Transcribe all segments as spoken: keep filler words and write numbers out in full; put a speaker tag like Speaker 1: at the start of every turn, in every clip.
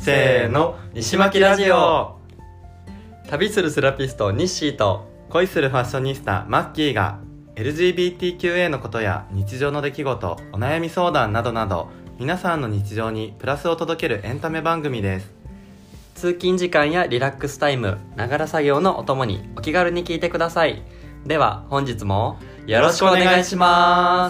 Speaker 1: せーの、西巻ラジオ。旅するセラピストニッシーと
Speaker 2: 恋するファッショニスタマッキーが エルジービーティーキューエー のことや日常の出来事、お悩み相談などなど皆さんの日常にプラスを届けるエンタメ番組です。
Speaker 1: 通勤時間やリラックスタイム、ながら作業のお供にお気軽に聞いてください。では本日もよろしくお願いします。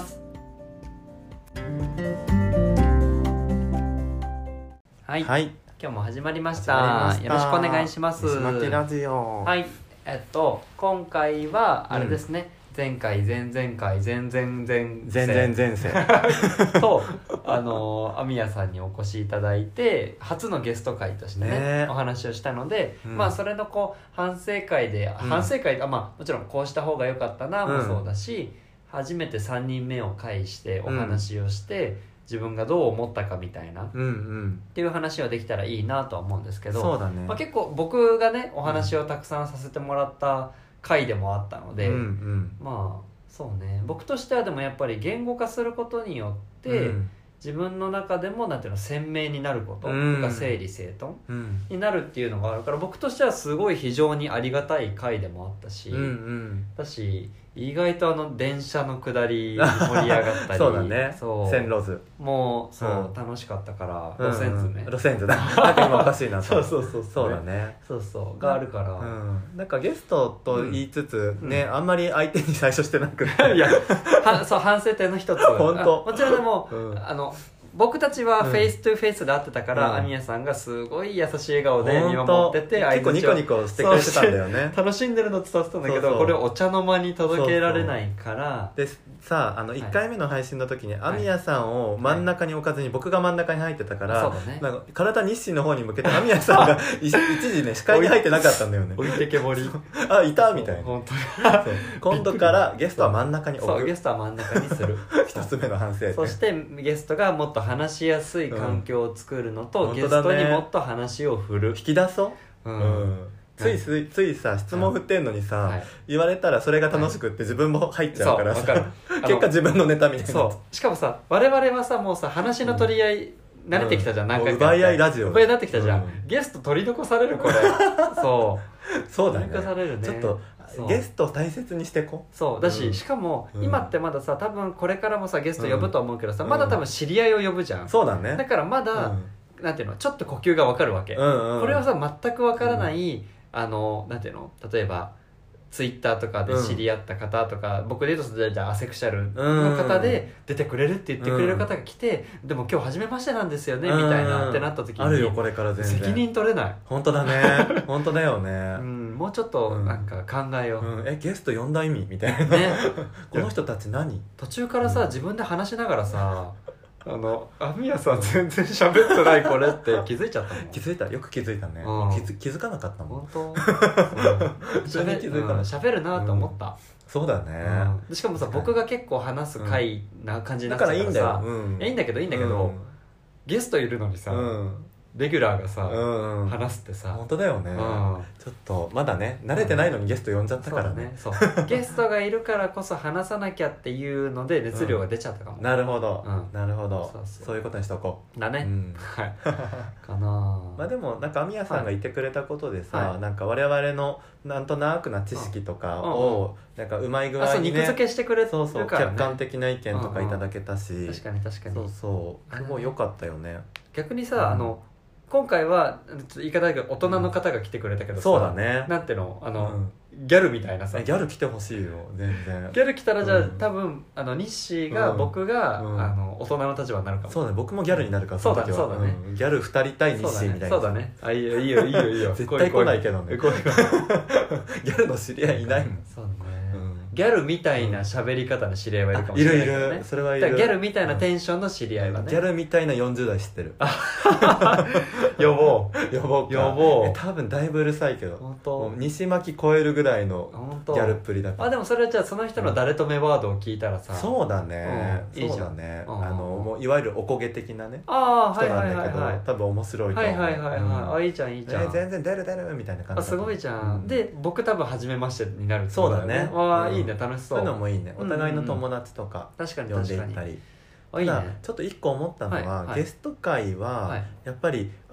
Speaker 1: はい、
Speaker 2: はい、
Speaker 1: 今日も始まりまし
Speaker 2: 始まり
Speaker 1: た。
Speaker 2: ました
Speaker 1: よろしくお願いします。
Speaker 2: 西巻ラジオ。
Speaker 1: はい、えっと今回はあれですね、うん、前回前々回前々前
Speaker 2: 前前前世
Speaker 1: とあのアミヤさんにお越しいただいて初のゲスト会としてね、ねお話をしたので、うん、まあそれのこう反省会で、うん、反省会あまあもちろんこうした方が良かったなもそうだし、うん、初めてさんにんめを介してお話をして、うん自分がどう思ったかみたいな、
Speaker 2: うんうん、
Speaker 1: っていう話はできたらいいなとは思うんですけど、
Speaker 2: そうだね、
Speaker 1: まあ、結構僕がねお話をたくさんさせてもらった回でもあったので、
Speaker 2: うんうん、
Speaker 1: まあそうね僕としてはでもやっぱり言語化することによって、うん、自分の中でもなんていうの鮮明になることが整理整頓になるっていうのがあるから、僕としてはすごい非常にありがたい回でもあったし、
Speaker 2: うんうん、
Speaker 1: だし意外とあの電車の下り盛り上がったり
Speaker 2: そうだね、
Speaker 1: そう
Speaker 2: 線路図
Speaker 1: もうそう、
Speaker 2: うん、
Speaker 1: 楽しかったから路線図ね、
Speaker 2: うんうん、路線図だなんか今おかしいな
Speaker 1: そうそうそうそう
Speaker 2: そうだね
Speaker 1: そうそうがあるから、
Speaker 2: うん、なんかゲストと言いつつ、うん、ね、あんまり相手に最初してなくて
Speaker 1: いやはそう反省点の一つ
Speaker 2: 本当
Speaker 1: もちろんでも、うん、あの僕たちはフェイストゥフェイスで会ってたから、うん、アミヤさんがすごい優しい笑顔で見守ってて
Speaker 2: 結構ニコニコしてくれてたんだよね。
Speaker 1: 楽しんでるの伝わってたんだけど、そうそうこれお茶の間に届けられないから
Speaker 2: そうそうでさあのいっかいめの配信の時に、はい、アミヤさんを真ん中に置かずに僕が真ん中に入ってたから、はいね、なんか体日誌の方に向けてアミヤさんが一時ね視界に入ってなかったんだよね。
Speaker 1: 置いてけぼり
Speaker 2: あいたみたいな。
Speaker 1: 本当に
Speaker 2: 今度からゲストは真ん中に置く。
Speaker 1: そうゲストは真ん中にする
Speaker 2: 一つ目の反省点。
Speaker 1: そしてゲストがもっと話しやすい環境を作るのと、うん、ゲストにもっと話を振る、
Speaker 2: 引き出そう、うんうん、ついついついさ質問振ってんのにさ、はい、言われたらそれが楽しくって自分も入っちゃうからさ、結果自分のネタみたいな。
Speaker 1: そうしかもさ我々はさもうさ話の取り合い、うん、慣れてきたじゃん、何回か
Speaker 2: 奪い合いラジオ
Speaker 1: 奪い合いになってきたじゃん、うん、ゲスト取り残されるこれそう
Speaker 2: そうだね、
Speaker 1: 取り残されるね。
Speaker 2: ちょっとゲストを大切にしてこ
Speaker 1: そうだし、うん、しかも、うん、今ってまださ多分これからもさゲスト呼ぶと思うけどさ、うん、まだ多分知り合いを呼ぶじゃん、
Speaker 2: そうだね。
Speaker 1: だからまだ、うん、なんていうのちょっと呼吸が分かるわけ、うんうん、これはさ全く分からない、うん、あのなんていうの例えばツイッターとかで知り合った方とか、うん、僕で言うとじゃあアセクシャルの方で出てくれるって言ってくれる方が来て、うん、でも今日初めましてなんですよね、うん、みたいなってなった時に
Speaker 2: あるよこれから全然
Speaker 1: 責任取れない。
Speaker 2: 本当だね本当だよね、
Speaker 1: うん、もうちょっとなんか考えよう、
Speaker 2: うん、えゲスト呼んだ意味みたいな、ね、この人たち何
Speaker 1: 途中からさ、うん、自分で話しながらさあのアミヤさん全然喋ってないこれって気づいちゃったもん。
Speaker 2: 気づいたよく気づいたね、うん、気づ気づかなかったもん。
Speaker 1: 本当
Speaker 2: 普通に気づいたの。
Speaker 1: 喋、うん、るなと思った、うん、
Speaker 2: そうだね、
Speaker 1: うん、しかもさ僕が結構話す回な感じになっちゃうからさ、
Speaker 2: だからいいんだよ、うん、
Speaker 1: いいんだけどいいんだけど、うん、ゲストいるのにさ、うんレギュラーがさ、うんうん、話すってさ
Speaker 2: 本当だよね、うん、ちょっとまだね慣れてないのにゲスト呼んじゃったからね、
Speaker 1: そうだねそうゲストがいるからこそ話さなきゃっていうので熱量が出ちゃったかも、
Speaker 2: うん、なるほど、うん、なるほどそうそう、そういうことにしとこ
Speaker 1: うだね、うん、はいかな
Speaker 2: まあでもなんかアミヤさんがいてくれたことでさ、はい、なんか我々のなんとなくな知識とかをなんかうまい具合にね
Speaker 1: 肉付けしてくれるからね、
Speaker 2: そうそう客観的な意見とかいただけたし、
Speaker 1: うんうん、確かに確かに
Speaker 2: そうそうすごい良かったよね。
Speaker 1: 逆にさ、うん、あの今回は言い方だけど大人の方が来てくれたけどさ、
Speaker 2: そうだね
Speaker 1: なんていうのあの、うん、ギャルみたいなさ
Speaker 2: ギャル来てほしいよ全然。
Speaker 1: ギャル来たらじゃあ、うん、多分あのニッシーが、うん、僕が、うん、あの大人の立場になるかも。
Speaker 2: そうだね僕もギャルになるから
Speaker 1: そうだねそうだね、
Speaker 2: うん、ギャルふたり対ニッシーみたいな。
Speaker 1: そうだねあいいよいいよいいよいいよ
Speaker 2: 絶対来ないけどね
Speaker 1: 来い来い
Speaker 2: ギャルの知り合いいないもん。
Speaker 1: そうだね、ギャルみたいな喋り方の知り合いはいるかも
Speaker 2: しれない
Speaker 1: けどね、
Speaker 2: いるいるそれはいる。
Speaker 1: ギャルみたいなテンションの知り合いはね、
Speaker 2: ギャルみたいなよんじゅう代知ってる
Speaker 1: 呼ぼう
Speaker 2: 呼ぼうか
Speaker 1: 呼ぼう。
Speaker 2: 多分だいぶうるさいけど
Speaker 1: 本当
Speaker 2: 西巻超えるぐらいのギャルっぷりだから。
Speaker 1: あでもそれはじゃあその人の誰とめワードを聞いたらさ、うん、
Speaker 2: そうだね、うん、いいじゃんね、うん、あのもういわゆるおこげ的なね
Speaker 1: あ
Speaker 2: 人なんだけど、
Speaker 1: はいはいはいはい、
Speaker 2: 多分面白いと思う。
Speaker 1: はいはいはいはい、うん、あいいじゃんいいじゃん、
Speaker 2: え全然出る出るみたいな感じ。
Speaker 1: あすごいじゃん、うん、で僕多分初めましてになる。
Speaker 2: そうだね
Speaker 1: あ、うん、いいね楽しそう。
Speaker 2: そういうのもいいねお互いの友達とか呼んでいったり。ただちょっと一個思ったのは、はいはい、ゲスト会はやっぱり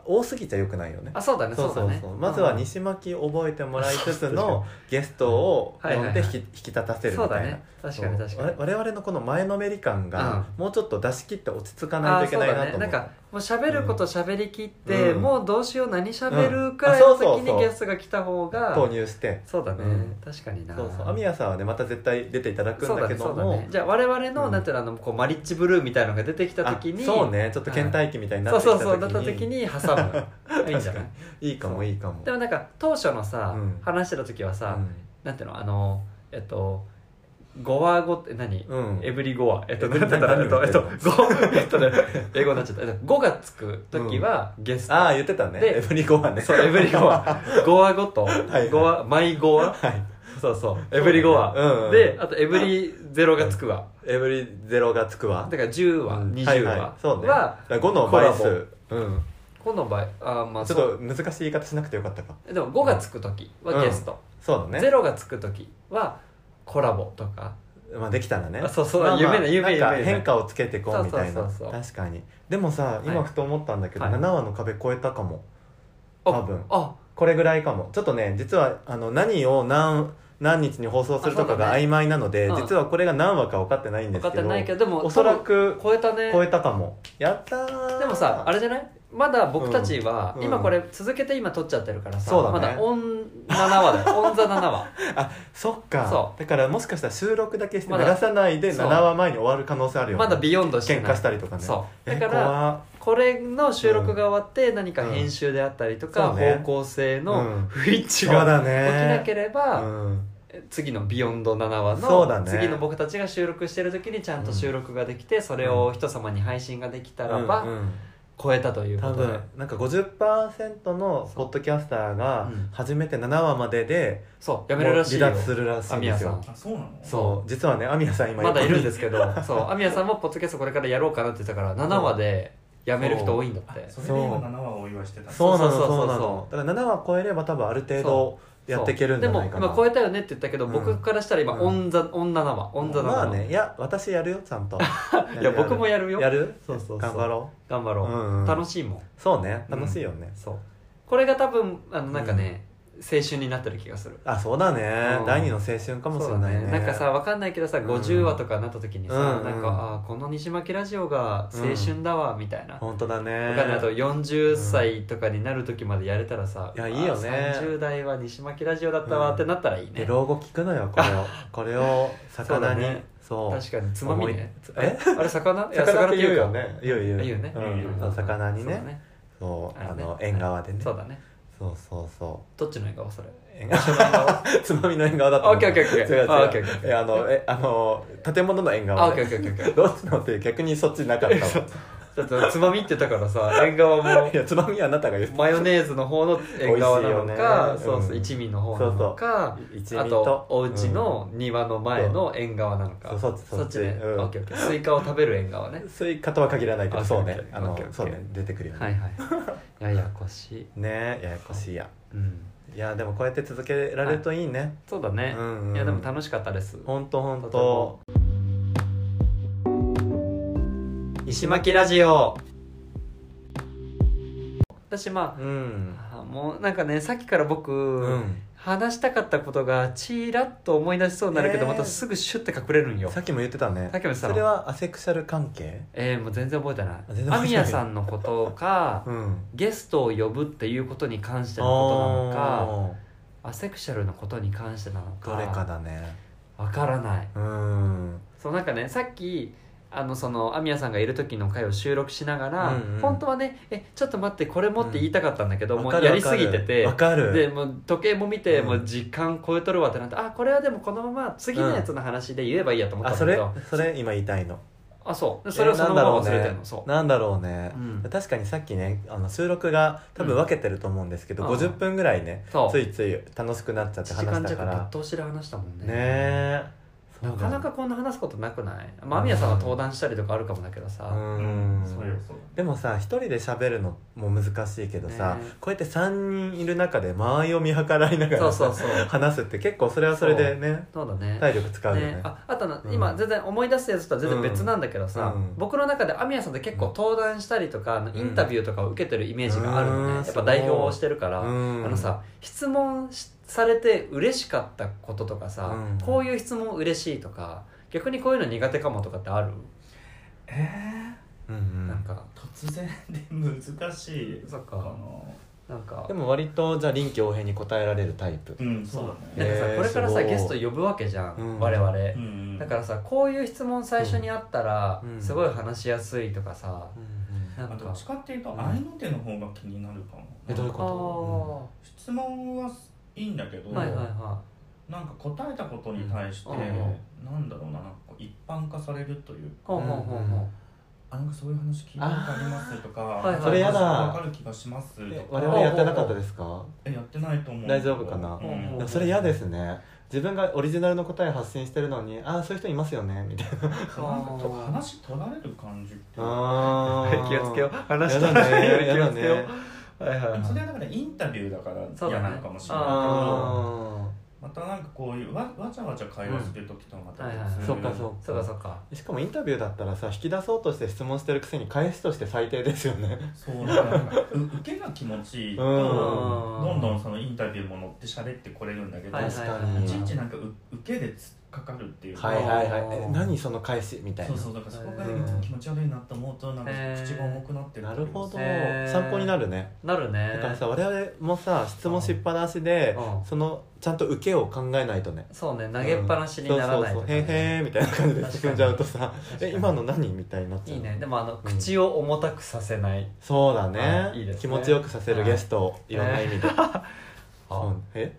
Speaker 2: 多すぎちゃよくないよね。
Speaker 1: あそうだねそうだね。
Speaker 2: まずは西巻覚えてもらいつつのゲストを呼んで引き、引き立たせるみたいな。
Speaker 1: そうだね確かに確かに。
Speaker 2: 我々のこの前のめり感がもうちょっと出し切って落ち着かないといけ
Speaker 1: あ
Speaker 2: ないなと思う。
Speaker 1: そうだね、なんかもう喋ること喋りきって、
Speaker 2: うん、
Speaker 1: もうどうしよう何喋るくらいの時にゲストが来た方が
Speaker 2: 投入して。
Speaker 1: そうだね、
Speaker 2: うん、
Speaker 1: 確かにな。
Speaker 2: そうそうアミヤさんはねまた絶対出ていただくんだけども、
Speaker 1: そうだねそうだね、じゃあ我々の、うん、なんていうのあのこうマリッジブルーみたいなのが出てきた時に
Speaker 2: そうねちょっと倦怠期みたいになってきた時に、
Speaker 1: そうそうそうなった時に挟むいいんじゃない
Speaker 2: いいかもいいかも。
Speaker 1: でもなんか当初のさ、うん、話してた時はさ、
Speaker 2: うん、
Speaker 1: なんていうのあのえっと語話語って何、
Speaker 2: うん、
Speaker 1: エブリ語話えっとなんて言ったらえっとえっとえっとね英語になっちゃった。語がつく時はゲスト、
Speaker 2: うん、ああ言ってたね
Speaker 1: で
Speaker 2: エブリ語話ね。
Speaker 1: そうエブリ語話語話ごと語話マイ語話、
Speaker 2: はい、
Speaker 1: そうそうエブリ語話、
Speaker 2: うんうん、
Speaker 1: であとエブリゼロがつくわ、
Speaker 2: うん、エブリゼロがつくわ
Speaker 1: だからじゅうわ、うん、にじゅうわ、はいはい、
Speaker 2: そうね、
Speaker 1: は
Speaker 2: ごの倍数、うん
Speaker 1: ごの場合あ、まあ、
Speaker 2: ちょっと難しい言い方しなくてよかったか。
Speaker 1: でもごがつく時はゲスト、うん、
Speaker 2: そうだね。
Speaker 1: ゼロがつく時はコラボとか、
Speaker 2: まあ、できたらね。
Speaker 1: あそうそう、
Speaker 2: まあまあ、
Speaker 1: 夢ね夢夢
Speaker 2: なんか変化をつけていこうみたいな。
Speaker 1: そうそうそうそう
Speaker 2: 確かに。でもさ今ふと思ったんだけど、はい、ななわの壁超えたかも多分。
Speaker 1: あ
Speaker 2: これぐらいかも。ちょっとね実はあの何を何何日に放送するとかが曖昧なので、ねうん、実はこれが何話か分かってないんですけど、
Speaker 1: 分かってないけどでも
Speaker 2: おそらく
Speaker 1: 超えたね。
Speaker 2: 超えたかも。やったー。
Speaker 1: でもさあれじゃない、まだ僕たちは、
Speaker 2: うん、
Speaker 1: 今これ続けて今撮っちゃってるからさ、
Speaker 2: そうだね、
Speaker 1: まだオンななわだよオンザななわ
Speaker 2: あそっか。
Speaker 1: そう
Speaker 2: だからもしかしたら収録だけして流さないでななわまえに終わる可能性あるよね。
Speaker 1: まだビヨンドしてない
Speaker 2: 喧嘩したりとかね。
Speaker 1: そうだからこれの収録が終わって何か編集であったりとか、
Speaker 2: うんね、
Speaker 1: 方向性の不一致
Speaker 2: が
Speaker 1: が起きなければ、
Speaker 2: うんうん
Speaker 1: 次のビヨンドななわ
Speaker 2: そうだね、
Speaker 1: の次の僕たちが収録してる時にちゃんと収録ができて、それを人様に配信ができたらば、
Speaker 2: うんうん、
Speaker 1: 超えたということで、
Speaker 2: 多分なんか ごじゅっパーセント のポッドキャスターが初めてななわまでで
Speaker 1: そうやめるらしいよ、
Speaker 2: 離脱するらしいんですよ。
Speaker 3: あそうなの。
Speaker 2: そう実はねアミヤさん今
Speaker 1: まだいるんですけどそうアミヤさんもポッドキャストこれからやろうかなって言ってたからななわでやめる人多いんだって。
Speaker 3: それで今ななわをお祝いしてた。
Speaker 2: そうなのそうなの。だからななわ超えれば多分ある程度やっていけるんじゃないかな。
Speaker 1: でも今超えたよねって言ったけど、うん、僕からしたら今、うん、オンザオンななわオンザななわ。
Speaker 2: まあねいや私やるよちゃんと
Speaker 1: いや僕もやるよ。
Speaker 2: やる
Speaker 1: そうそうそう
Speaker 2: 頑張ろ
Speaker 1: う頑張ろう、うんうん、楽しいもん。
Speaker 2: そうね楽しいよね、
Speaker 1: うん、そうこれが多分あのなんかね、うん、青春になってる気がする。
Speaker 2: あそうだね、うん、第二の青春かもしれない ね,
Speaker 1: ねなんかさ分かんないけどさ、うん、ごじゅうわとかなった時にさ、うん、なんかあこの西巻ラジオが青春だわみたいな、
Speaker 2: うん、本当だね。
Speaker 1: 分かんないあとよんじゅっさいとかになる時までやれたらさ、
Speaker 2: うん、いやいいよね。
Speaker 1: さんじゅう代は西巻ラジオだったわってなったらいいね、
Speaker 2: で老後聞くのよこれをこれを魚に
Speaker 1: そう、ね、そう確かにつまみね。
Speaker 2: え
Speaker 1: あれ魚
Speaker 2: いや魚って言うよね。言う言う
Speaker 1: 言うね、
Speaker 2: うん、魚にねそうあの縁側でね。
Speaker 1: そうだね
Speaker 2: そうそうそう
Speaker 1: どっちの縁側それ
Speaker 2: 縁側つまみの縁側だった
Speaker 1: の。オッケーオッケーオッケー。
Speaker 2: 違う違う。あ、オッケーオッケー。あのえあの建物の縁側。
Speaker 1: あ、オッケーオッケーオッケー。
Speaker 2: どっちのって逆にそっちなかったわ。
Speaker 1: ちょっとつまみって言ったからさ縁側も
Speaker 2: いやつまみはあなたが言って
Speaker 1: マヨネーズの方の縁側なのか、
Speaker 2: ね、
Speaker 1: そうそう一味の方なのか、そうそうあとお家の庭の前の縁側なのか、
Speaker 2: うん、そ, そ,
Speaker 1: そっちね、うん、オッケーオッケー。スイカを食べる縁側ね。
Speaker 2: スイカとは限らないけどそうねあのそうね出てくるよね。
Speaker 1: はいはいややこしい
Speaker 2: ねややこしいや。
Speaker 1: うん
Speaker 2: いやでもこうやって続けられるといいね、はい、
Speaker 1: そうだね、うんうん、いやでも楽しかったです。
Speaker 2: ほんとほんと。
Speaker 1: 石巻ラジオ。私まあ、
Speaker 2: うん、
Speaker 1: もうなんかねさっきから僕、うん、話したかったことがちらっと思い出しそうになるけど、えー、またすぐシュッて隠れるんよ。
Speaker 2: さっきも言ってたね。
Speaker 1: さっきも言ってたの。
Speaker 2: それはアセクシャル関係？
Speaker 1: えー、もう全然覚えてない。アミヤさんのことか、うん、ゲストを呼ぶっていうことに関してのことなのか、アセクシャルのことに関してなのか、
Speaker 2: どれかだね。
Speaker 1: わからない。
Speaker 2: うん。
Speaker 1: そうなんかねさっきあのそのアミヤさんがいる時の回を収録しながら、うんうん、本当はねえちょっと待ってこれもって言いたかったんだけど、うん、もうやりすぎてて
Speaker 2: わかる。
Speaker 1: でもう時計も見て、うん、もう時間超えとるわってなって、あこれはでもこのまま次のやつの話で言えばいいやと思ったんだけど、
Speaker 2: うん、あそれそれ今言いたいの。
Speaker 1: あそうそれをそのまま忘れてるの、
Speaker 2: ね、
Speaker 1: そう
Speaker 2: なんだろうね、
Speaker 1: うん、
Speaker 2: 確かにさっきねあの収録が多分分けてると思うんですけど、うん、ごじゅっぷんぐらいねついつい楽しくなっちゃって話したから
Speaker 1: 時間弱ぶっ通しで話したもんね。
Speaker 2: ねえ
Speaker 1: なかなかこんな話すことなくない？まあアミヤさんは登壇したりとかあるかもだけどさ、
Speaker 2: うん
Speaker 3: うんそうよそう
Speaker 2: でもさ一人で喋るのも難しいけどさ、
Speaker 1: ね
Speaker 2: こうやってさんにんいる中で間合いを見計らいながらさ
Speaker 1: そうそうそう
Speaker 2: 話すって結構それはそれでね
Speaker 1: そうだね
Speaker 2: 体力使うよね
Speaker 1: ね、ああとな、
Speaker 2: うん
Speaker 1: 今全然思い出すやつとは全然別なんだけどさ、
Speaker 2: うん
Speaker 1: 僕の中でアミヤさんって結構登壇したりとか、あのインタビューとかを受けてるイメージがあるのね、
Speaker 2: うん
Speaker 1: やっぱ代表をしてるから、
Speaker 2: うん
Speaker 1: あのさ質問しされて嬉しかったこととかさ、
Speaker 2: うん
Speaker 1: こういう質問嬉しいとか逆にこういうの苦手かもとかってある？
Speaker 3: え
Speaker 2: うんうん
Speaker 1: なんか
Speaker 3: ー、突然で難しい
Speaker 1: そっか
Speaker 3: かな。
Speaker 1: なんか
Speaker 2: でも割とじゃあ臨機応変に答えられるタイプ
Speaker 3: うんそうだ
Speaker 1: なんか
Speaker 3: ね、
Speaker 1: さ、
Speaker 2: えー
Speaker 1: これからさ
Speaker 2: すごい
Speaker 1: ゲスト呼ぶわけじゃん、
Speaker 2: うん
Speaker 1: 我々、
Speaker 3: うん
Speaker 1: だからさこういう質問最初にあったら、
Speaker 2: うん
Speaker 1: すごい話しやすいとかさ、
Speaker 2: うん
Speaker 1: なんか
Speaker 3: あどっちかっていうと
Speaker 2: うん
Speaker 3: 合いの手の方が気になるかも。
Speaker 2: えどういう
Speaker 1: あ
Speaker 2: こ
Speaker 1: ー
Speaker 3: 質問はいいんだけど、
Speaker 1: はいはいは
Speaker 3: なんか答えたことに対して、
Speaker 1: うん
Speaker 3: なんだろうな、なんかこう一般化されるというか、
Speaker 1: ほうほうほうほ
Speaker 3: あなんかそういう話聞いたことありますとか、
Speaker 1: はいはい
Speaker 2: それやだ
Speaker 3: わかる気がしますとか、
Speaker 2: え我々やってなかったですか？
Speaker 3: えやってないと思う。
Speaker 2: 大丈夫かな
Speaker 3: うん
Speaker 1: うん
Speaker 2: でもそれ嫌ですね。自分がオリジナルの答え発信してるのにああそういう人いますよねみたいな
Speaker 3: そうなんかと話取られる感じっていうか
Speaker 2: あー
Speaker 1: 気をつけよう話
Speaker 2: や
Speaker 1: した
Speaker 2: だねや
Speaker 1: 気を
Speaker 2: だ
Speaker 1: つけよ
Speaker 2: ね
Speaker 1: うはいはいはい
Speaker 3: それはだからインタビューだから
Speaker 1: そうだね
Speaker 3: 嫌なのかもしれないけど、
Speaker 2: あ
Speaker 3: またなんかこういうわわちゃわちゃ会話する時とまた
Speaker 1: うんはいはい
Speaker 3: 別に
Speaker 2: そっかそっ
Speaker 1: そうかそうか
Speaker 2: ーしかもインタビューだったらさ引き出そうとして質問してるくせに返しとして最低ですよね
Speaker 3: そうだからなんかう受けが気持ちいいと
Speaker 2: うん
Speaker 3: どんどんそのインタビューも乗って喋ってこれるんだけど、
Speaker 1: はいはい
Speaker 2: 確かに
Speaker 3: いちいちなんかう受けで突っかかるっていうか、
Speaker 2: はいはいはい
Speaker 1: あー
Speaker 2: え何その返しみたいな
Speaker 3: そうそうだからそこが
Speaker 2: うん
Speaker 3: 気持ち悪いなと思うとなんか
Speaker 1: へー
Speaker 3: 口が重くなってる
Speaker 2: なるほど
Speaker 1: へー
Speaker 2: 参考になるね
Speaker 1: なるね
Speaker 2: だからさ我々もさ質問しっぱなしで
Speaker 1: うん
Speaker 2: そのちゃんと受けを考えないとね
Speaker 1: そうね投げっぱなしにならないとかね
Speaker 2: そうそうそうへーへーみたいな感じで
Speaker 1: 確かに
Speaker 2: 進んじゃうとさ
Speaker 1: 確かに
Speaker 2: え今の何みたいになっちゃう
Speaker 1: いいねでもあの、
Speaker 2: うん
Speaker 1: 口を重たくさせない
Speaker 2: そうだね、
Speaker 1: はいいいですね
Speaker 2: 気持ちよくさせるゲストをいろんな意味で、そうえ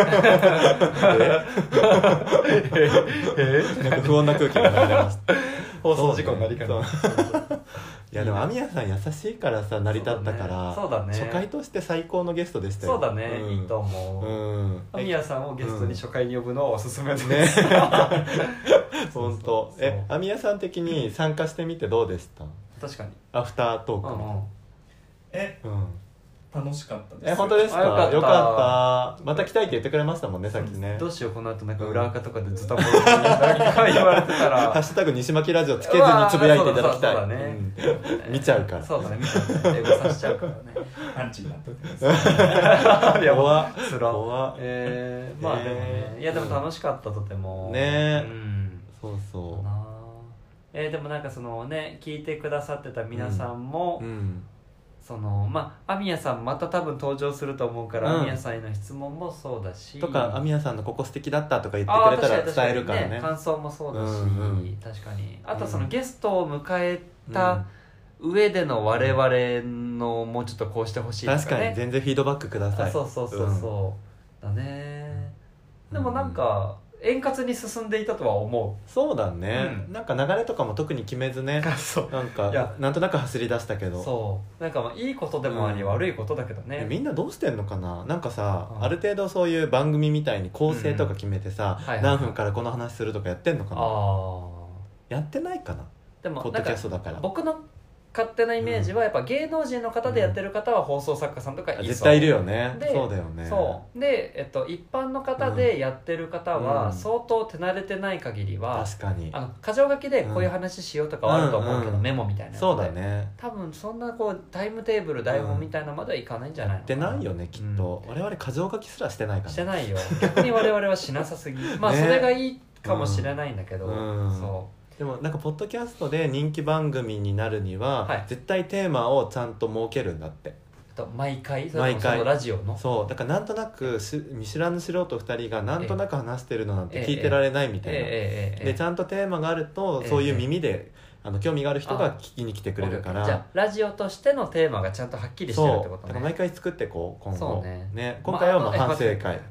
Speaker 2: えなんか不穏な空気が流れました
Speaker 1: 放送事故になりかねない
Speaker 2: いやでもアミヤさん優しいからさ成り立ったから
Speaker 1: そうだね
Speaker 2: 初回として最高のゲストでしたよ
Speaker 1: そうだね、
Speaker 2: ん
Speaker 1: いいと思う、
Speaker 2: うん
Speaker 1: アミヤさんをゲストに初回に呼ぶのをおすすめです、
Speaker 2: ね
Speaker 1: そう
Speaker 2: 本当
Speaker 1: そうそう
Speaker 2: えアミヤさん的に参加してみてどうでした
Speaker 1: 確かに
Speaker 2: アフタートーク
Speaker 1: うんうん
Speaker 3: え
Speaker 2: うん
Speaker 3: 楽しかったです
Speaker 2: え本当ですか
Speaker 1: あよかった
Speaker 2: よかったまた来たいって言ってくれましたもんねさっきね
Speaker 1: どうしようこの後なんか裏垢とかでズタボロに何か言われてたら
Speaker 2: ハッシュタグ西巻ラジオつけずにつぶやいていただきたい
Speaker 1: うわーそうだそうだね
Speaker 2: うん見ちゃうから
Speaker 1: そうだね見ちゃうからエゴさしちゃうからね
Speaker 3: アンチになってます
Speaker 1: いや
Speaker 2: 怖っ
Speaker 1: つら
Speaker 2: 怖っ
Speaker 1: えー、まあでもね、
Speaker 2: えー
Speaker 1: いやでも楽しかったとても
Speaker 2: ねえ
Speaker 1: うん
Speaker 2: そうそ
Speaker 1: なあえー、でもなんかそのね聞いてくださってた皆さんも、
Speaker 2: ううん
Speaker 1: そのまあアミヤさんまた多分登場すると思うから、
Speaker 2: うん
Speaker 1: アミヤさんへの質問もそうだし
Speaker 2: とかアミヤさんのここ素敵だったとか言ってくれたら
Speaker 1: あー確かに
Speaker 2: 伝えるからね
Speaker 1: 感想もそうだし、
Speaker 2: うんうん
Speaker 1: 確かにあとその
Speaker 2: うん
Speaker 1: ゲストを迎えた上での我々のもうちょっとこうしてほしいとかね
Speaker 2: 確かに全然フィードバックください
Speaker 1: あそうそうそうそう、だねでもなん
Speaker 2: う
Speaker 1: か円滑に進んでいたとは思
Speaker 2: そうだね、
Speaker 1: うん
Speaker 2: なんか流れとかも特に決めずね
Speaker 1: うそう
Speaker 2: なんか
Speaker 1: いや
Speaker 2: なんとなく走り出したけど
Speaker 1: そうなんかまあいいことでもあり、
Speaker 2: うん
Speaker 1: 悪いことだけど
Speaker 2: え
Speaker 1: ね
Speaker 2: みんなどうしてんのかななんかさ、
Speaker 1: うん
Speaker 2: ある程度そういう番組みたいに構成とか決めてさ、
Speaker 1: うんはいはい
Speaker 2: 何分からこの話するとかやってんのかな、
Speaker 1: あ
Speaker 2: やってないかな
Speaker 1: あでも
Speaker 2: ポッドキャストだから
Speaker 1: 僕の勝手なイメージはやっぱ芸能人の方でやってる方は放送作家さんとかいそう
Speaker 2: 絶対いるよね
Speaker 1: で
Speaker 2: そうだよね
Speaker 1: そうで、えっと、一般の方でやってる方は、
Speaker 2: うん
Speaker 1: 相当手慣れてない限りは、
Speaker 2: 確かに
Speaker 1: あの箇条書きでこういう話しようとかはあると思うけど、
Speaker 2: うんうん
Speaker 1: メモみたいなやつで
Speaker 2: そうだね
Speaker 1: 多分そんなこうタイムテーブル台本みたいなまではいかないんじゃないのかな、
Speaker 2: やってないよねきっと、我々箇条書きすらしてないから
Speaker 1: してないよ逆に我々はしなさすぎまあ
Speaker 2: ね
Speaker 1: それがいいかもしれないんだけど、
Speaker 2: うん
Speaker 1: そ
Speaker 2: でもなんかポッドキャストで人気番組になるには、
Speaker 1: はい
Speaker 2: 絶対テーマをちゃんと設けるんだって
Speaker 1: うあと毎回それとも
Speaker 2: 毎回
Speaker 1: そのラジオの
Speaker 2: そうだからなんとなくし見知らぬ素人ふたりがなんとなく話してるのなんて聞いてられないみたいな、
Speaker 1: ええええええ
Speaker 2: でちゃんとテーマがあると、
Speaker 1: ええ
Speaker 2: そういう耳であの興味がある人が聞きに来てくれるから、
Speaker 1: じゃあラジオとしてのテーマがちゃんとはっきりしてるって
Speaker 2: そうだ
Speaker 1: ことね
Speaker 2: から毎回作ってこう今後
Speaker 1: そうね
Speaker 2: 今回はまあ
Speaker 1: まあ
Speaker 2: 反省会、
Speaker 1: えっと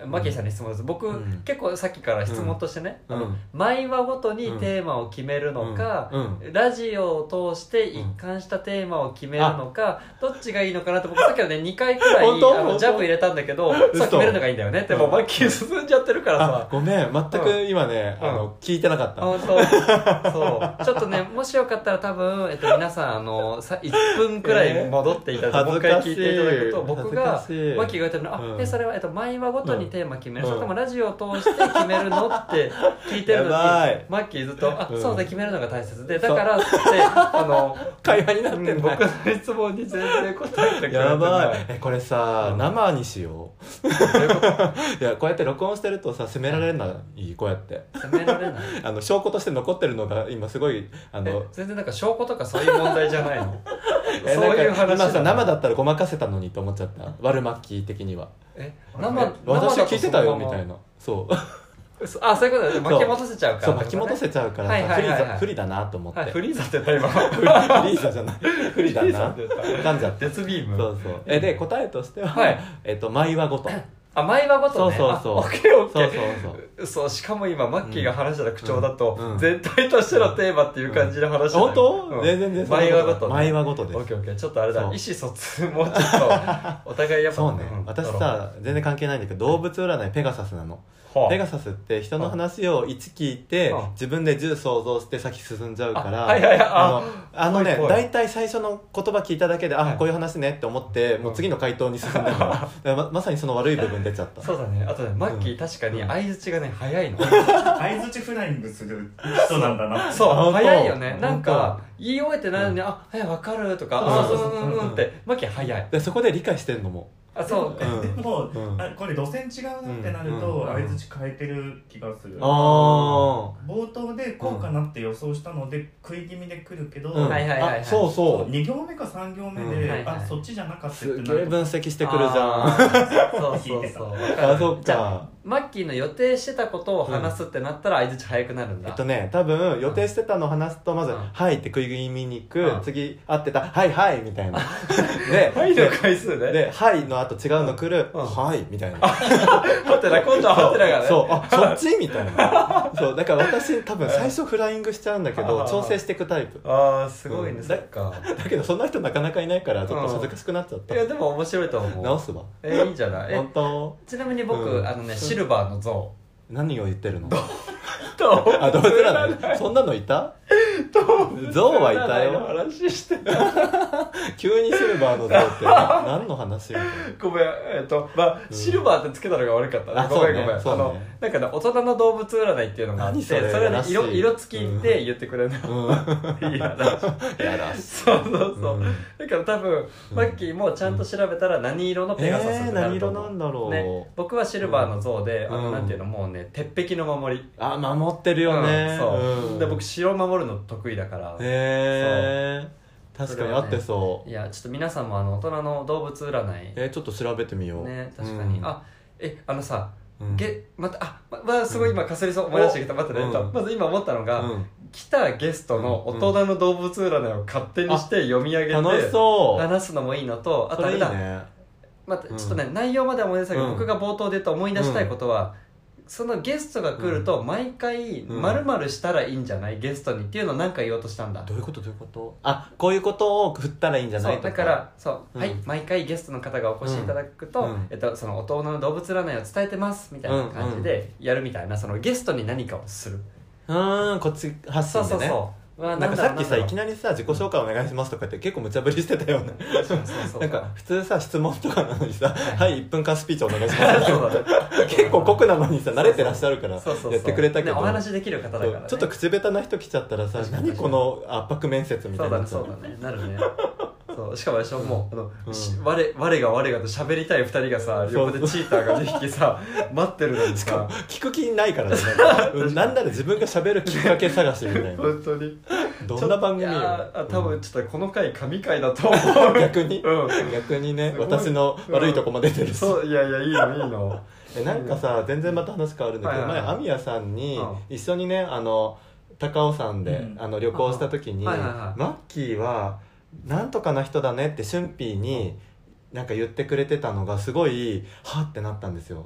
Speaker 1: マッキーさんに質問です。僕、
Speaker 2: うん、
Speaker 1: 結構さっきから質問としてね、
Speaker 2: うん、
Speaker 1: あの毎話ごとにテーマを決めるのか、
Speaker 2: うんうん、
Speaker 1: ラジオを通して一貫したテーマを決めるのか、うん、どっちがいいのかなって僕さっきはねにかいくらいあのジャンプ入れたんだけど、そう決めるのがいいんだよねって、もうマッキー進んじゃってるからさ。
Speaker 2: ごめん、全く今ね、うん、あの聞いてなかった。
Speaker 1: 本当そうちょっとね、もしよかったら多分、えっと、皆さんあのさいっぷんくらい戻っていただいて、もう一回聞いていただくと、僕がマッキーが言ってるのは、うん、あでそれは、えっと、毎話ごとにテーマ決める、うん、それともラジオを通して決めるのって聞いてるのにマッキーずっとあ、うん、そうだ決めるのが大切で、だからってあの
Speaker 2: 会話になってんの、
Speaker 1: うん、僕の質問に全然答えてくれてない。
Speaker 2: やばい。えこれさ、うん、生にしよういやこうやって録音してるとさ責められるのはいい、こうやって
Speaker 1: 責められない
Speaker 2: あの証拠として残ってるのが今すごいあの
Speaker 1: 全然なんか証拠とかそういう問題じゃないの
Speaker 2: え
Speaker 1: そういう話
Speaker 2: 今さ生だったらごまかせたのにと思っちゃった。ワルマッキー的には
Speaker 1: え生
Speaker 2: 私聞いてたよみたいな。そう
Speaker 1: あ、そういうことだね。巻き戻せちゃうから、
Speaker 2: そう巻き戻せちゃうからさ、フリーザ不利だなと思って、はい、
Speaker 1: フリーザって言った今
Speaker 2: フリーザじゃない不利だな噛んじゃって
Speaker 1: デスビーム。
Speaker 2: そうそうえで答えとしては、はい、えっと毎話ごと
Speaker 1: あ、毎話ごとね。
Speaker 2: そうそうそう。
Speaker 1: オッケーオッケー。
Speaker 2: そうそうそう。
Speaker 1: そう、しかも今、マッキーが話した口調だと、
Speaker 2: うんうん、
Speaker 1: 全体としてのテーマっていう感じの話だよ、
Speaker 2: うん、本当、
Speaker 1: うん、
Speaker 2: 全然全然。
Speaker 1: 毎話ごと、ね。
Speaker 2: 毎話ごとです。
Speaker 1: オッケーオッケー。ちょっとあれだ、意思疎通もうちょっと、お互いやっぱ。
Speaker 2: そうね。うん、私さ、全然関係ないんだけど、動物占いペガサスなの。はあ、ペガサスって人の話をいち聞いて、はあ、自分でじゅう想像して先進んじゃうから、はいはいはい、あのあのね大体最初の言葉聞いただけで、はい、あこういう話ねって思ってもう次の回答に進んでるのま, まさにその悪い部分出ちゃった
Speaker 1: そうだね。あとねマッキー、うん、確かに相づちがね早いの
Speaker 3: 相づちフライングする人なんだな
Speaker 1: そう早いよね。なんか言い終えてないのに、うん、あはい分かるとかあそうそううんうんってマッキー早い
Speaker 2: でそこで理解してんのも
Speaker 1: あそう
Speaker 3: でも、でもうん、あこれ路線違うなってなると相づち変えてる気がする。
Speaker 2: あ
Speaker 3: 冒頭でこうかなって予想したので食い気味で来るけど、
Speaker 2: うん、はいはいはい、はい、そうそう
Speaker 3: に行目かさん行目で、うん、あそっちじゃなかったってなると
Speaker 2: すげえ分析してくるじゃん
Speaker 1: そうそうそう
Speaker 2: あそっか
Speaker 1: マッキーの予定してたことを話すってなったら相づち早くなるんだ、
Speaker 2: えっとね多分予定してたのを話すとまず「うん、はい」って食い気味に行く、うん、次会ってた「はいはい」みたいな
Speaker 1: で「はい」の回数ね
Speaker 2: で「はい」のあと違うの来る「うん、はい」みたいな
Speaker 1: はてな今度ははてながね
Speaker 2: そうあそっちみたいなそうだから私多分最初フライングしちゃうんだけど調整していくタイプ。
Speaker 1: ああすごいね、うん、そっか
Speaker 2: だけどそんな人なかなかいないからちょっと恥ずかしくなっちゃった、
Speaker 1: うん、いやでも面白いと思う。
Speaker 2: 直すわ
Speaker 1: えー、いいんじゃない
Speaker 2: 本当。
Speaker 1: ちなみに僕、うん、あのねシルバーの像
Speaker 2: 何を言ってるの？
Speaker 1: ど
Speaker 2: あ動物占いそんなのいた？象はいたよ。
Speaker 1: 話してた
Speaker 2: 急にシルバーの象って何の話みたいな。
Speaker 1: ごめんえっとまあ、うん、シルバーってつけたのが悪かったね。ごめんごめん、ね、あの、ね、なんかね大人の動物占いっていうのがあってそれそれね色色付きで言ってくれるの、うん、いやだ
Speaker 2: やだ
Speaker 1: そうそうそう、うん、だから多分マッキーもちゃんと調べたら何色のペガサスってなると思う、
Speaker 2: えー、何色なんだろう、
Speaker 1: ね、僕はシルバーの像で、うん、あのなんていうのもうね鉄壁の守り
Speaker 2: あ守ってるよね、
Speaker 1: うん、そう、うん、で僕城守るの得意だから
Speaker 2: へえ確かに合ってそう、
Speaker 1: ね、いやちょっと皆さんもあの大人の動物占い
Speaker 2: えー、ちょっと調べてみよう
Speaker 1: ね確かに、うん、あえあのさ、うん、げまたあままあすごい今かすりそう思い出してきた、うん、待ってね、うん、まず今思ったのが、うん、来たゲストの大人の動物占いを勝手にして読み上げて、
Speaker 2: 楽しそう
Speaker 1: 話すのもいいのとあとあれだ
Speaker 2: それいいね
Speaker 1: 待ってちょっとね、うん、内容までは思い出したけど、うん、僕が冒頭で言った思い出したいことは、うん、そのゲストが来ると毎回〇〇したらいいんじゃない、うん、ゲストにっていうのを何か言おうとしたんだ。
Speaker 2: どういうことどういうことあこういうことを振ったらいいんじゃないとか
Speaker 1: そうだからそう、うん、はい毎回ゲストの方がお越しいただくと、うんえっと、その大人の動物占いを伝えてますみたいな感じでやるみたいな、そのゲストに何かをする
Speaker 2: うんこっち発信でね。そうそうそうなんかさっきさいきなりさ自己紹介お願いしますとかって結構無茶ぶりしてたよね。なんか普通さ質問とかなのにさはい、はい、いっぷんかんスピーチお願いします結構酷なのにさ慣れてらっしゃるからやってくれたけど、
Speaker 1: ね、お話できる方だからね。
Speaker 2: ちょっと口下手な人来ちゃったらさ何この圧迫面接みたいな。
Speaker 1: そうだねそうだねなるねそうしかも私はもう、うん、あの、うん、我, 我が我がと喋りたいふたりがさ横でチーターがにひきさ待ってるのにさ
Speaker 2: 聞く気ないからねなんなら自分が喋るきっかけ探しみたいな
Speaker 1: 本当に
Speaker 2: どんな番組よ。
Speaker 1: あ多分ちょっとこの回神回だと思う
Speaker 2: 逆に、うん、逆にね私の悪いとこも出てるし、うん、
Speaker 1: そういやいやいいのいいの
Speaker 2: えなんかさ全然また話変わるんだけど、はいはいはい、前アミヤさんに一緒にねあの高尾山で、うん、あの旅行した時に、はいはいはい、マッキーはなんとかな人だねってシュンピーになんか言ってくれてたのがすごいはってなったんですよ。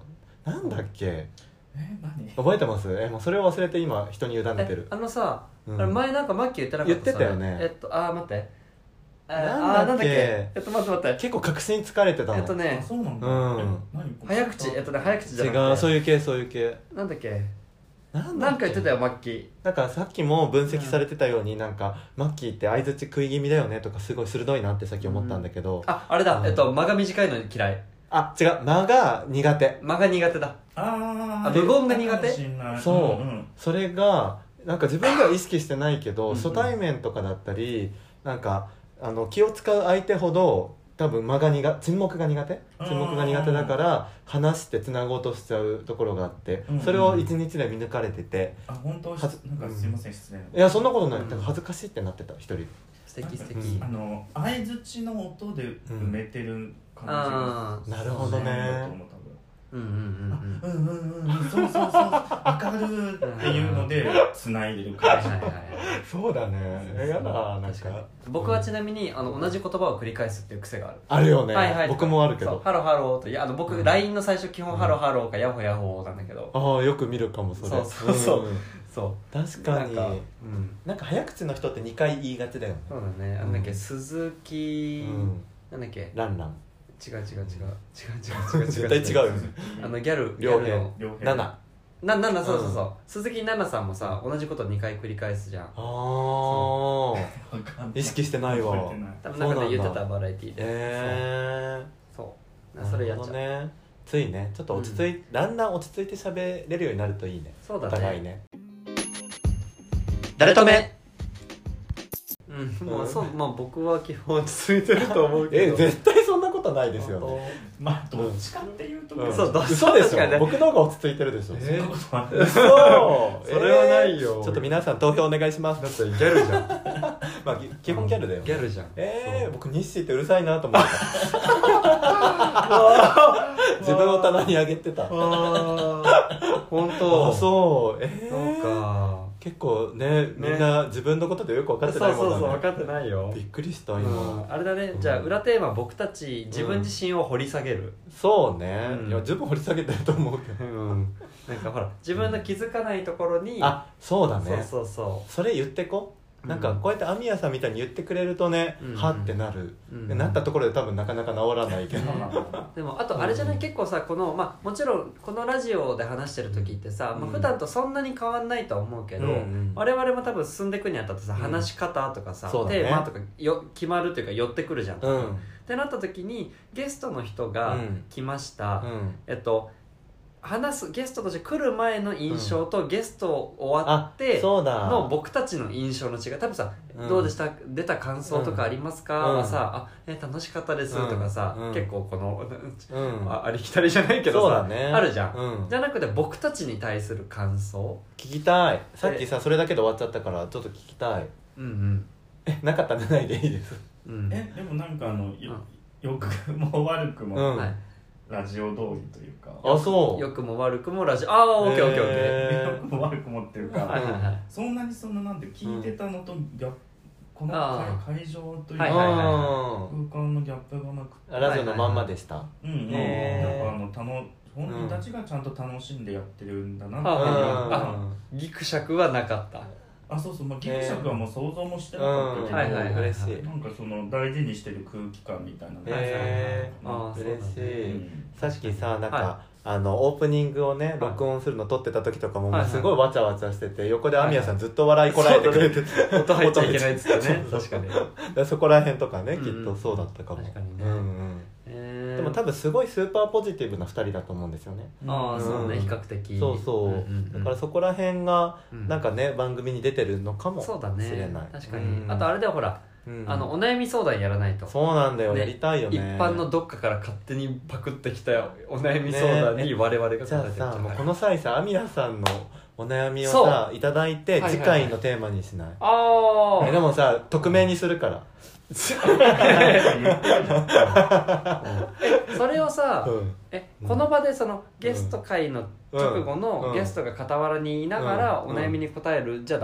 Speaker 2: なんだっけ、
Speaker 3: え何
Speaker 2: 覚えてます？えもうそれを忘れて今人に委ねてる。
Speaker 1: あのさ、うん、
Speaker 2: あれ
Speaker 1: 前なんかマッキー言ってなかった？
Speaker 2: 言ってたよね。
Speaker 1: えっとあー待って
Speaker 2: なんだっけ、
Speaker 1: えっと待って待って、
Speaker 2: 結構確信疲れてたの。
Speaker 1: えっとね、
Speaker 3: そうなんだ、
Speaker 2: うん、
Speaker 1: 早口、えっとね早口じゃなくて
Speaker 2: 違う、そういう系そういう系。
Speaker 1: なんだっけ、
Speaker 2: なん
Speaker 1: なんか言ってたよマッキー。
Speaker 2: だからさっきも分析されてたように、うん、なんかマッキーって相づち食い気味だよねとかすごい鋭いなってさっき思ったんだけど、うん、
Speaker 1: ああれだ、うん、えっと間が短いのに嫌い。
Speaker 2: あ違う、間が苦手。
Speaker 1: 間が苦手だ。
Speaker 3: あ
Speaker 1: あ無言が苦手。
Speaker 2: そう、
Speaker 3: うんうん、
Speaker 2: それがなんか自分では意識してないけど初対面とかだったりなんかあの気を使う相手ほど多分間が苦沈黙が苦手沈黙が苦手だから話してつなごうとしちゃうところがあって、うんうん、それを一日で見抜かれてて、
Speaker 3: あ本当はなんかすいません、うん、失礼。
Speaker 2: いやそんなことない、うん、なんか恥ずかしいってなってた一人。
Speaker 1: 素敵素敵、
Speaker 3: うん、あの相づちの音で埋めてる感じが、
Speaker 2: うん、なるほどね。
Speaker 1: うんうんうん
Speaker 3: うんうんうんうんそうそうそうわかるっていうので繋いでる感じ。
Speaker 2: そうだね。やだなんか。
Speaker 1: 僕はちなみにあの同じ言葉を繰り返すっていう癖がある。
Speaker 2: あるよね。
Speaker 1: はいはい。
Speaker 2: 僕もあるけど。
Speaker 1: ハロハロといやあの僕 ライン の最初基本ハロハロかヤホヤホなんだけど。
Speaker 2: ああよく見るかもそれ。
Speaker 1: そうそうそう。そう
Speaker 2: 確かに。なんか早口の人ってにかい言いがちだよね。
Speaker 1: そうだね。あんだっけ鈴木なんだっけ。
Speaker 2: ランラン。
Speaker 1: 違う違う違う違う違う違う違う
Speaker 2: 絶対違うよね。
Speaker 1: あのギャル
Speaker 2: 両平ナナ
Speaker 1: なななそうそうそう、鈴木奈々さんもさ同じことにかい繰り返すじゃん。あ
Speaker 2: あ意識してないわ。
Speaker 1: 多分中で言ってたバラエティーで。
Speaker 2: へえ
Speaker 1: そうそれやっちゃう
Speaker 2: ね。ついねちょっと落ち着いだんだん落ち着いて喋れるようになるといいね。
Speaker 1: そうだね。
Speaker 2: お互いね。
Speaker 1: 誰とめうん、もうそう、まあ僕は基本落ち着いてると思うけど。
Speaker 2: え、絶対そんなことないですよね。
Speaker 3: まあどっちかっていうと、
Speaker 2: うん、そう嘘でしょ。僕の方が落ち着いてるでしょ。
Speaker 3: えー、そんなことない。
Speaker 2: 嘘。
Speaker 1: それはないよ。
Speaker 2: ちょっと皆さん投票お願いします。
Speaker 1: だってギャルじゃん。
Speaker 2: まあ基本ギャルだよ。
Speaker 1: ギャルじゃん。
Speaker 2: ええ、僕日誌ってうるさいなと思ってた。自分を棚に上げてた。
Speaker 1: 本当。
Speaker 2: そう。ええ。
Speaker 1: そうか。
Speaker 2: 結構ね、みんな自分のことでよく分かってないもんだね。
Speaker 1: そうそうそう分かってないよ。
Speaker 2: びっくりした今。
Speaker 1: あれだね。じゃあ裏テーマ僕たち自分自身を掘り下げる。
Speaker 2: そうね。いや十分掘り下げてると思うけど。
Speaker 1: なんかほら自分の気づかないところに。
Speaker 2: あ、そうだね。
Speaker 1: そうそうそう。
Speaker 2: それ言ってこ。なんかこうやってアミヤさんみたいに言ってくれるとね、うん、はってなる、うん、なったところで多分なかなか治らないけど
Speaker 1: でもあとあれじゃない、うん、結構さこの、まあ、もちろんこのラジオで話してる時ってさ、うんまあ、普段とそんなに変わんないとは思うけど、うん、我々も多分進んでいくにあたってさ、うん、話し方とかさ、うん、テーマとかよ決まるというか寄ってくるじゃん、うん、ってなった時にゲストの人が来ました、うん、えっと話すゲストとして来る前の印象と、うん、ゲスト終わっての僕たちの印象の違い多分さ、うん、どうでした出た感想とかありますか、うん、はさあえ楽しかったですとかさ、うん、結構この、うん、あ, ありきたりじゃないけどさ、ね、あるじゃん、うん、じゃなくて僕たちに対する感想
Speaker 2: 聞きたい。さっきさそれだけで終わっちゃったからちょっと聞きたい。うんうんえなかったらないでいいです、
Speaker 3: うん、えでもなんかあのよ、うん、よくも悪くも、うんはいラジオ通りというか
Speaker 2: あそう
Speaker 1: 良くも悪くもラジオああオッケーオッケーオッケー
Speaker 3: 良くも悪くもっていうか、はいはいはい、そんなにそのなんて聞いてたのとギャ、うん、この会場というか、はいはいはい、空間のギャップがなくて
Speaker 2: ラジオのまんまでした、はいはいはい、
Speaker 3: うんうんなんかあのたの本人たちがちゃんと楽しんでやってるんだなっていう、うん、
Speaker 1: あギクシャクはなかった
Speaker 3: あそうそう、まあ、ギクシャクはもう想像もしてなかったけど、
Speaker 2: はいはいはい、嬉しい
Speaker 3: なんかその大事にしてる空気感みたいなのが、
Speaker 2: えー、あ嬉しい、うん、さっきさなんか、はい、あのオープニングをね録音するの撮ってた時とかも、はい、すごいわちゃわちゃしてて横でアミヤさんずっと笑いこらえてくれてて、
Speaker 1: はいはい、音入っちゃいけないっつってね確かに
Speaker 2: そこら辺とかね、うん、きっとそうだったかも
Speaker 1: 確かにね、
Speaker 2: うんうんえー、でも多分すごいスーパーポジティブなふたりだと思うんですよね。
Speaker 1: ああ、うん、そうね比較的
Speaker 2: そうそう、うんうんうん、だからそこら辺がなんかね、うん、番組に出てるのかもしれない。
Speaker 1: そうだね確かに、うん、あとあれではほら、うん、あのお悩み相談やらないと。
Speaker 2: そうなんだよ、
Speaker 1: ね、
Speaker 2: やりたいよね。
Speaker 1: 一般のどっかから勝手にパクってきたお悩み相談に我々が答えてる、
Speaker 2: じゃあさもうこの際さアミヤさんのお悩みをさいただいて次回のテーマにしない、はいはいはい、あでもさ匿名にするから
Speaker 1: それをさ、うん、えこの場でそのゲスト会の直後のゲストが傍らにいながらお悩みに答えるじゃダメ？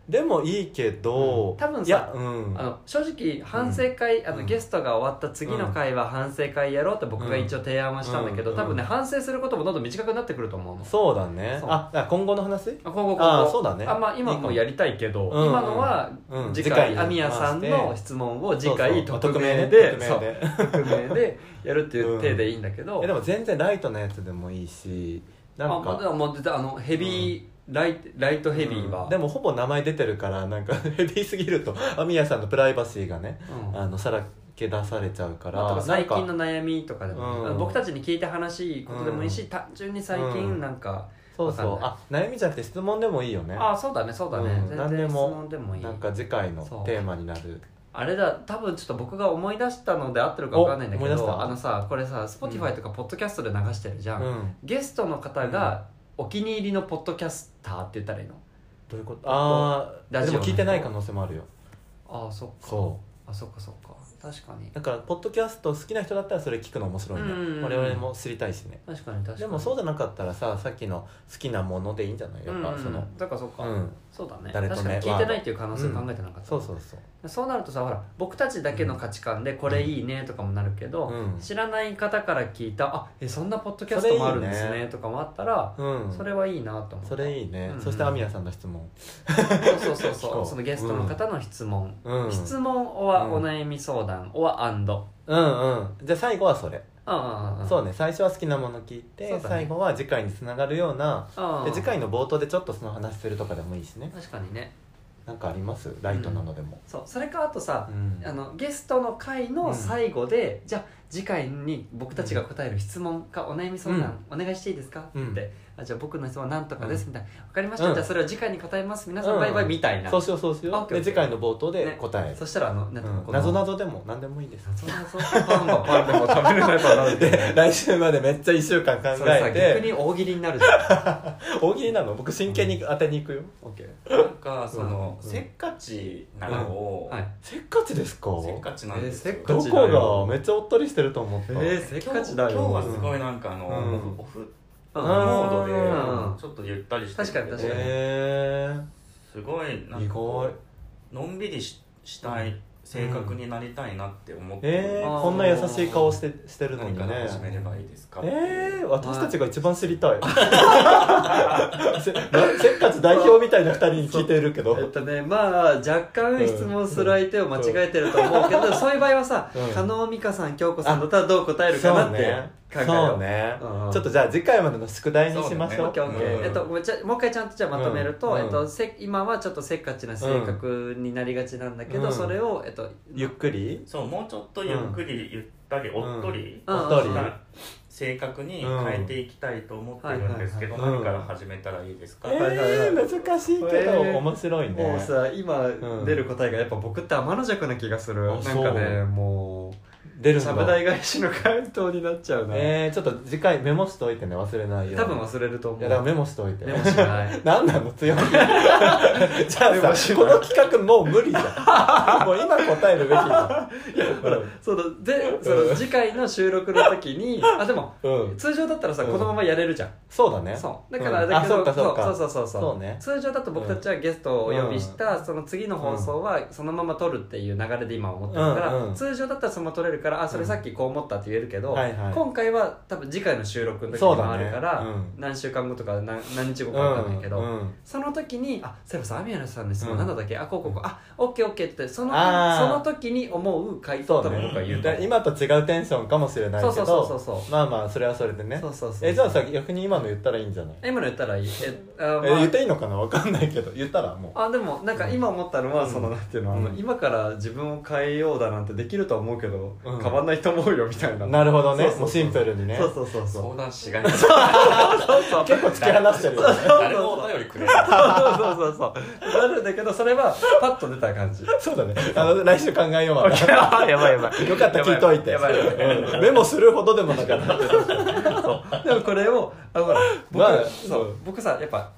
Speaker 2: でもいいけど、
Speaker 1: うん、多分さ
Speaker 2: いや、うん、
Speaker 1: あの正直反省会、うん、あのゲストが終わった次の回は反省会やろうって僕が一応提案はしたんだけど、うん、多分ね反省することもどんどん短くなってくると思うの。
Speaker 2: そうだね。あ、今後の話？
Speaker 1: あ、今後今後。
Speaker 2: あ、そうだね。
Speaker 1: あ、まあ今もやりたいけど、うん、今のは次回アミヤさんの質問を次回匿名で匿名でやるっていう体でいいんだけど、
Speaker 2: うん、でも全然ライトなやつでもいいし、なんか
Speaker 1: あ、まあ、あのヘビー、うんライ, ライトヘビーは、
Speaker 2: うん、でもほぼ名前出てるからなんかヘビーすぎるとアミヤさんのプライバシーがね、うん、あのさらけ出されちゃうから、
Speaker 1: まあ、最近の悩みとかでも、うん、僕たちに聞いて話しいことでもいいし、うん、単純に最近なんか、
Speaker 2: うん、そうそう、あ、悩みじゃなくて質問でもいいよね。
Speaker 1: あ、そうだねそうだね、うん、
Speaker 2: 何でも
Speaker 1: 質問でもいい。
Speaker 2: なんか次回のテーマになる。
Speaker 1: あれだ、多分ちょっと僕が思い出したので合ってるか分かんないんだけど、あのさ、これさ Spotify とかポッドキャストで流してるじゃん、うん、ゲストの方がお気に入りのポッドキャスターって言ったらいいの？
Speaker 2: どういうこと？ああ、でも聞いてない可能性もあるよ。
Speaker 1: ああ、そっか。
Speaker 2: そう。
Speaker 1: あ、そっかそっか。確かに。
Speaker 2: だからポッドキャスト好きな人だったらそれ聞くの面白いね。我々も知りたいしね。
Speaker 1: 確かに確かに。
Speaker 2: でもそうじゃなかったらさ、さっきの好きなものでいいんじゃない？やっぱその。
Speaker 1: だからそっか。うん、そうだね。
Speaker 2: 誰とね、
Speaker 1: 確かに聞いてないっていう可能性考えてなかった。
Speaker 2: そうそうそう。
Speaker 1: そうなるとさ、ほら僕たちだけの価値観でこれいいねとかもなるけど、うん、知らない方から聞いた、あ、え、そんなポッドキャストもあるんですねとかもあったら、うん、それはいいなと思う。
Speaker 2: それいいね。うん、そしてアミヤさんの質問。
Speaker 1: そうそうそうそう。そのゲストの方の質問、うん、質問はお悩み相談、おはアンド。
Speaker 2: うんうん。じゃあ最後はそれ。
Speaker 1: ああ、
Speaker 2: そうね、最初は好きなもの聞いて、ね、最後は次回につながるような、で次回の冒頭でちょっとその話するとかでもいいしね。
Speaker 1: 確かにね。
Speaker 2: なんかあります？ライトなのでも、
Speaker 1: うん、そう、それかあとさ、うん、あのゲストの回の最後で、うん、じゃあ次回に僕たちが答える質問かお悩み相談、うん、お願いしていいですか、うん、って、あ、じゃあ僕の質問はなんとかです、うん、みたいな、分かりました、うん、じゃあそれを次回に答えます、皆さんバイバイみたいな、
Speaker 2: そうしようそうしよう。で次回の冒頭で答える、ね、
Speaker 1: そしたらあのなん
Speaker 2: かなぞなぞでも何でもいいです。
Speaker 1: なぞなぞパンがパンでも食べれないパンなんで
Speaker 2: 来週までめっちゃいっしゅうかん考えて、それさ
Speaker 1: 逆に大喜利になるじゃん
Speaker 2: 大喜利なの？僕真剣に当てに行くよ。
Speaker 3: オッケー。なんかその、うん、せっかちなのを、
Speaker 2: うんはい、せっかちですか？
Speaker 3: せっかちなんですよ。
Speaker 2: どこがめっちゃおっとりしてると思った。
Speaker 1: えー、せっかちだよ。
Speaker 3: 今日はすごいなんかあの、うん、オフモードでちょっとゆったりしてるけど、
Speaker 1: 確かに確かに、
Speaker 3: えー、すごいなんかこうのんびり し, したい性格になりたいなって思って、うん、
Speaker 2: えー、こんな優しい顔してしてるのにね。
Speaker 3: 何から始めればいいですか？
Speaker 2: えー、私たちが一番知りたいせ, せっかち代表みたいなふたりに聞いてるけど、
Speaker 1: えっとね、まあ若干質問する相手を間違えてると思うけど、うん、そういう場合はさ、うん、加納美香さん、京子さんだったらどう答えるかなって考えよう。
Speaker 2: そうね、うん、ちょっとじゃあ次回までの宿題にしましょう。
Speaker 1: オッケーオッケー。えっともう一回ちゃんとじゃあまとめると、うん、えっとせ今はちょっとせっかちな性格になりがちなんだけど、うん、それをえっと
Speaker 2: ゆっくり、
Speaker 3: そう、もうちょっとゆっくり、ゆったり、おっとり、
Speaker 2: おっとり
Speaker 3: 性格に変えていきたいと思ってるんですけど、何から始めたらいいですか？
Speaker 2: えー、難しいけど、えー、面白いね。
Speaker 1: もうさ、今出る答えがやっぱ僕って天の弱な気がする。なんかね、もう出るんだ。サブ大返しの回答になっちゃうね。
Speaker 2: えー、ちょっと次回メモしといてね、忘れないように。
Speaker 1: 多分忘れると思う。
Speaker 2: いや、だからメモしといて。
Speaker 1: メモしない。
Speaker 2: 何なの強みじゃあさ、この企画もう無理じゃん。もう今答えるべきじゃん。いや、
Speaker 1: ほら、そうだ、で、その次回の収録の時に、あ、でも、うん、通常だったらさ、このままやれるじゃん。
Speaker 2: そうだね。
Speaker 1: そう。だからだけど、
Speaker 2: うん、あ、そうかそうか。
Speaker 1: そうそうそうそう。
Speaker 2: そうね。
Speaker 1: 通常だと僕たちはゲストをお呼びした、その次の放送はそのまま撮るっていう流れで今思ってるから、うんうん、通常だったらそのまま撮れるから、あ、それさっきこう思ったって言えるけど、はいはい、今回は多分次回の収録の時にもあるから、ね、うん、何週間後とか 何, 何日後か分かんないけど、うんうん、その時にあ、そういえばさ、アミヤナさんの質問何だったっけ、うん、あ、こうこうこう、あ、オッケーオッケーってそのその時に思う回答とか僕は言うと、
Speaker 2: ね、今と違うテンションかもしれないけど、そうそうそうそう、まあまあそれはそれでね。
Speaker 1: そうそうそうそう。
Speaker 2: え、じゃあさ、逆に今の言ったらいいんじゃない？
Speaker 1: 今の言ったらいい。
Speaker 2: え、あ、まあ、え言っていいのかな、分かんないけど、言ったらもう。
Speaker 1: あ、でもなんか今思ったのは、うん、そのなんていうの、うん、あの今から自分を変えようだなんてできるとは思うけど、うん、変わんないと思うよみたいな。
Speaker 2: なるほどね。もうシンプルにね。
Speaker 1: そうそうそうそう。
Speaker 3: 相談しがいない。
Speaker 2: そうそう結構突き放してるよね。
Speaker 3: 誰もお便りくれない。
Speaker 1: そうそうそうそう。なるんだけど、それはパッと出た感じ。
Speaker 2: そうだね。あの来週考えようまた。
Speaker 1: やばいやばい。
Speaker 2: よかった聞いといて。
Speaker 1: やばいやばい。
Speaker 2: メモするほどでもなかった。
Speaker 1: そう。でもこれを、あ、ほら、僕、まあ、そう、僕さ、やっぱ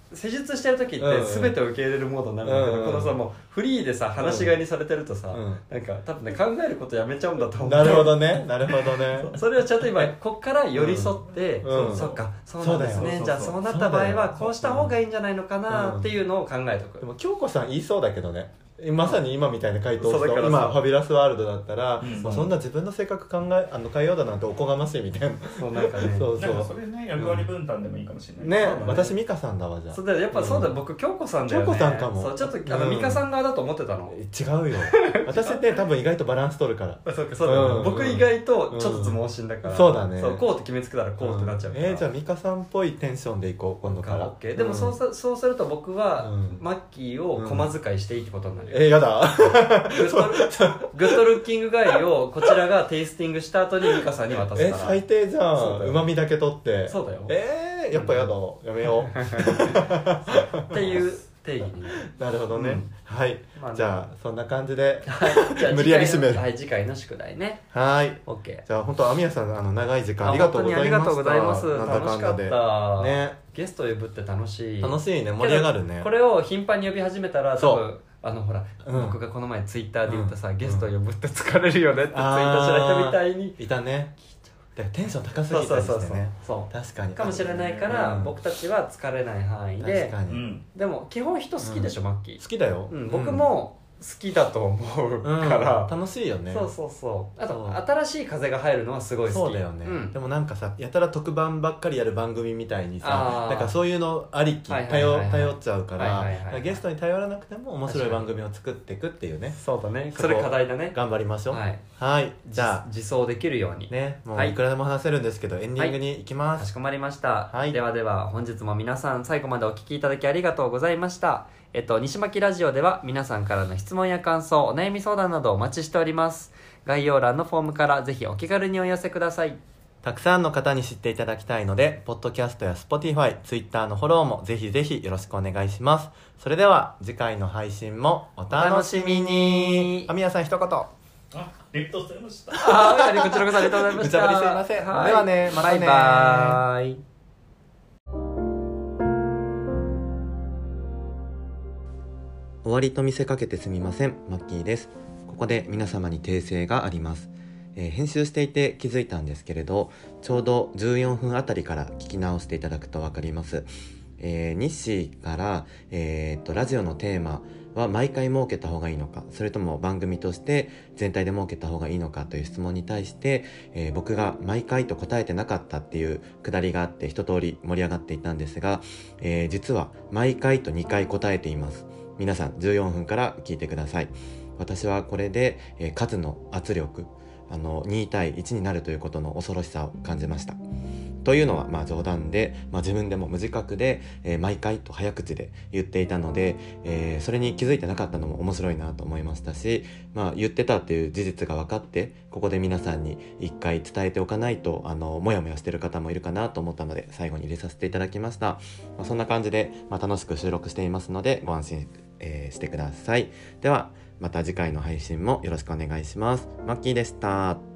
Speaker 1: 施術してる時って全てを受け入れるモードになるんだけど、うんうん、このさもうフリーでさ話し飼いにされてるとさ、うん、なんか多分ね考えることやめちゃうんだと思う。
Speaker 2: なるほどねなるほどね
Speaker 1: そ, それをちゃんと今こっから寄り添って、うんうん、そっかそうなんですね、じゃあそうなった場合はこうした方がいいんじゃないのかなっていうのを考えとく、
Speaker 2: でも京子さん言いそうだけどね、まさに今みたいな回答をして今ファビュラスワールドだったら、うん、もうそんな自分の性格考えあの変えようだなんておこがましいみたいな、
Speaker 1: そうなんかね
Speaker 3: そうそう、それね役割分担でもいいかもしれない、
Speaker 2: うん、ね、私美香さんだわじゃあ。
Speaker 1: そうだやっぱそうだ、うん、僕京子さんだよね。
Speaker 2: 京子さんかも。
Speaker 1: そうちょっとあの、うん、美香さん側だと思ってたの。
Speaker 2: 違うよ私って多分意外とバランス取るから
Speaker 1: そうかそうだ、ね、うん、僕意外とちょっとずつ盲信だから、うん、
Speaker 2: そうだね、
Speaker 1: そうこうって決めつけたらこうってなっちゃうから、
Speaker 2: うん、えー、じゃあ美香さんっぽいテンションでいこう今度から。
Speaker 1: OK、うん、でもそうさそうすると僕は、うん、マッキーを駒遣いしていいってことになるよ、
Speaker 2: うん、えー、やだ
Speaker 1: グッドグッドルッキングガイをこちらがテイスティングした後に美香さんに渡すから。
Speaker 2: え最低じゃん、うまみだけ取って。
Speaker 1: そうだよ。
Speaker 2: えー、やっぱやだ、うん、やめよう
Speaker 1: っていう定義に
Speaker 2: なるほどね、うん、はい、まあ、じゃあそんな感じで、
Speaker 1: はい、じゃあ
Speaker 2: 無理やり締める。
Speaker 1: はい、次回の宿題ね。
Speaker 2: はい
Speaker 1: OK。
Speaker 2: じゃあ本当アミヤさんあの長い時間ありがとうございました。
Speaker 1: ありがとうございます。
Speaker 2: なんだかんだで
Speaker 1: 楽しかった
Speaker 2: ね。
Speaker 1: ゲスト呼ぶって楽しい
Speaker 2: 楽しいね、盛り上がるね。
Speaker 1: これを頻繁に呼び始めたら多分あのほら、うん、僕がこの前ツイッターで言ったさ、うん、ゲスト呼ぶって疲れるよねってツイートした人みたいに
Speaker 2: いたね。だからテンション高すぎたりしてね。
Speaker 1: そう
Speaker 2: 確かに
Speaker 1: かもしれないから、うん、僕たちは疲れない範囲で。
Speaker 2: 確かに、うん、
Speaker 1: でも基本人好きでしょ、うん、マッキー。
Speaker 2: 好きだよ、
Speaker 1: うん、僕も好きだと思うから、
Speaker 2: うん、楽しいよね。
Speaker 1: そうそうそう。あと新しい風が入るのはすごい好き。
Speaker 2: そうだよね、うん、でもなんかさやたら特番ばっかりやる番組みたいにさ、なんかそういうのありき頼っちゃうから、ゲストに頼らなくても面白い番組を作っていくっていうね。
Speaker 1: そうだね、それ課題だね。
Speaker 2: 頑張りましょう。はい、はい、じゃあ
Speaker 1: 自走できるように
Speaker 2: ね、もういくらでも話せるんですけど、はい、エンディングに行きます。
Speaker 1: かしこまりました、はい、ではでは本日も皆さん最後までお聞きいただきありがとうございました。えっと、西巻ラジオでは皆さんからの質問や感想、お悩み相談などお待ちしております。概要欄のフォームからぜひお気軽にお寄せください。
Speaker 2: たくさんの方に知っていただきたいので、ポッドキャストや Spotify、Twitter のフォローもぜひぜひよろしくお願いします。それでは次回の配信もお楽しみに。あみやさん一言。あ、
Speaker 3: ありがとうございました。
Speaker 1: あ、こちらこそありがとうございました。
Speaker 2: 無茶ぶりすいません。
Speaker 1: はい、
Speaker 2: ではね、またね。
Speaker 1: バイバーイ。
Speaker 2: 終わりと見せかけてすみません、マッキーです。ここで皆様に訂正があります。えー、編集していて気づいたんですけれど、ちょうどじゅうよんぷんあたりから聞き直していただくと分かります。えー、日誌から、えー、っとラジオのテーマは毎回設けた方がいいのか、それとも番組として全体で設けた方がいいのかという質問に対して、えー、僕が毎回と答えてなかったっていうくだりがあって一通り盛り上がっていたんですが、えー、実は毎回とにかい答えています。皆さんじゅうよんぷんから聞いてください。私はこれで、えー、数の圧力、あのに対いちになるということの恐ろしさを感じました。というのはまあ冗談で、まあ、自分でも無自覚で、えー、毎回と早口で言っていたので、えー、それに気づいてなかったのも面白いなと思いましたし、まあ、言ってたっていう事実が分かってここで皆さんに一回伝えておかないとあのモヤモヤしてる方もいるかなと思ったので最後に入れさせていただきました。まあ、そんな感じで、まあ、楽しく収録していますのでご安心、えー、してください。ではまた次回の配信もよろしくお願いします。マッキーでした。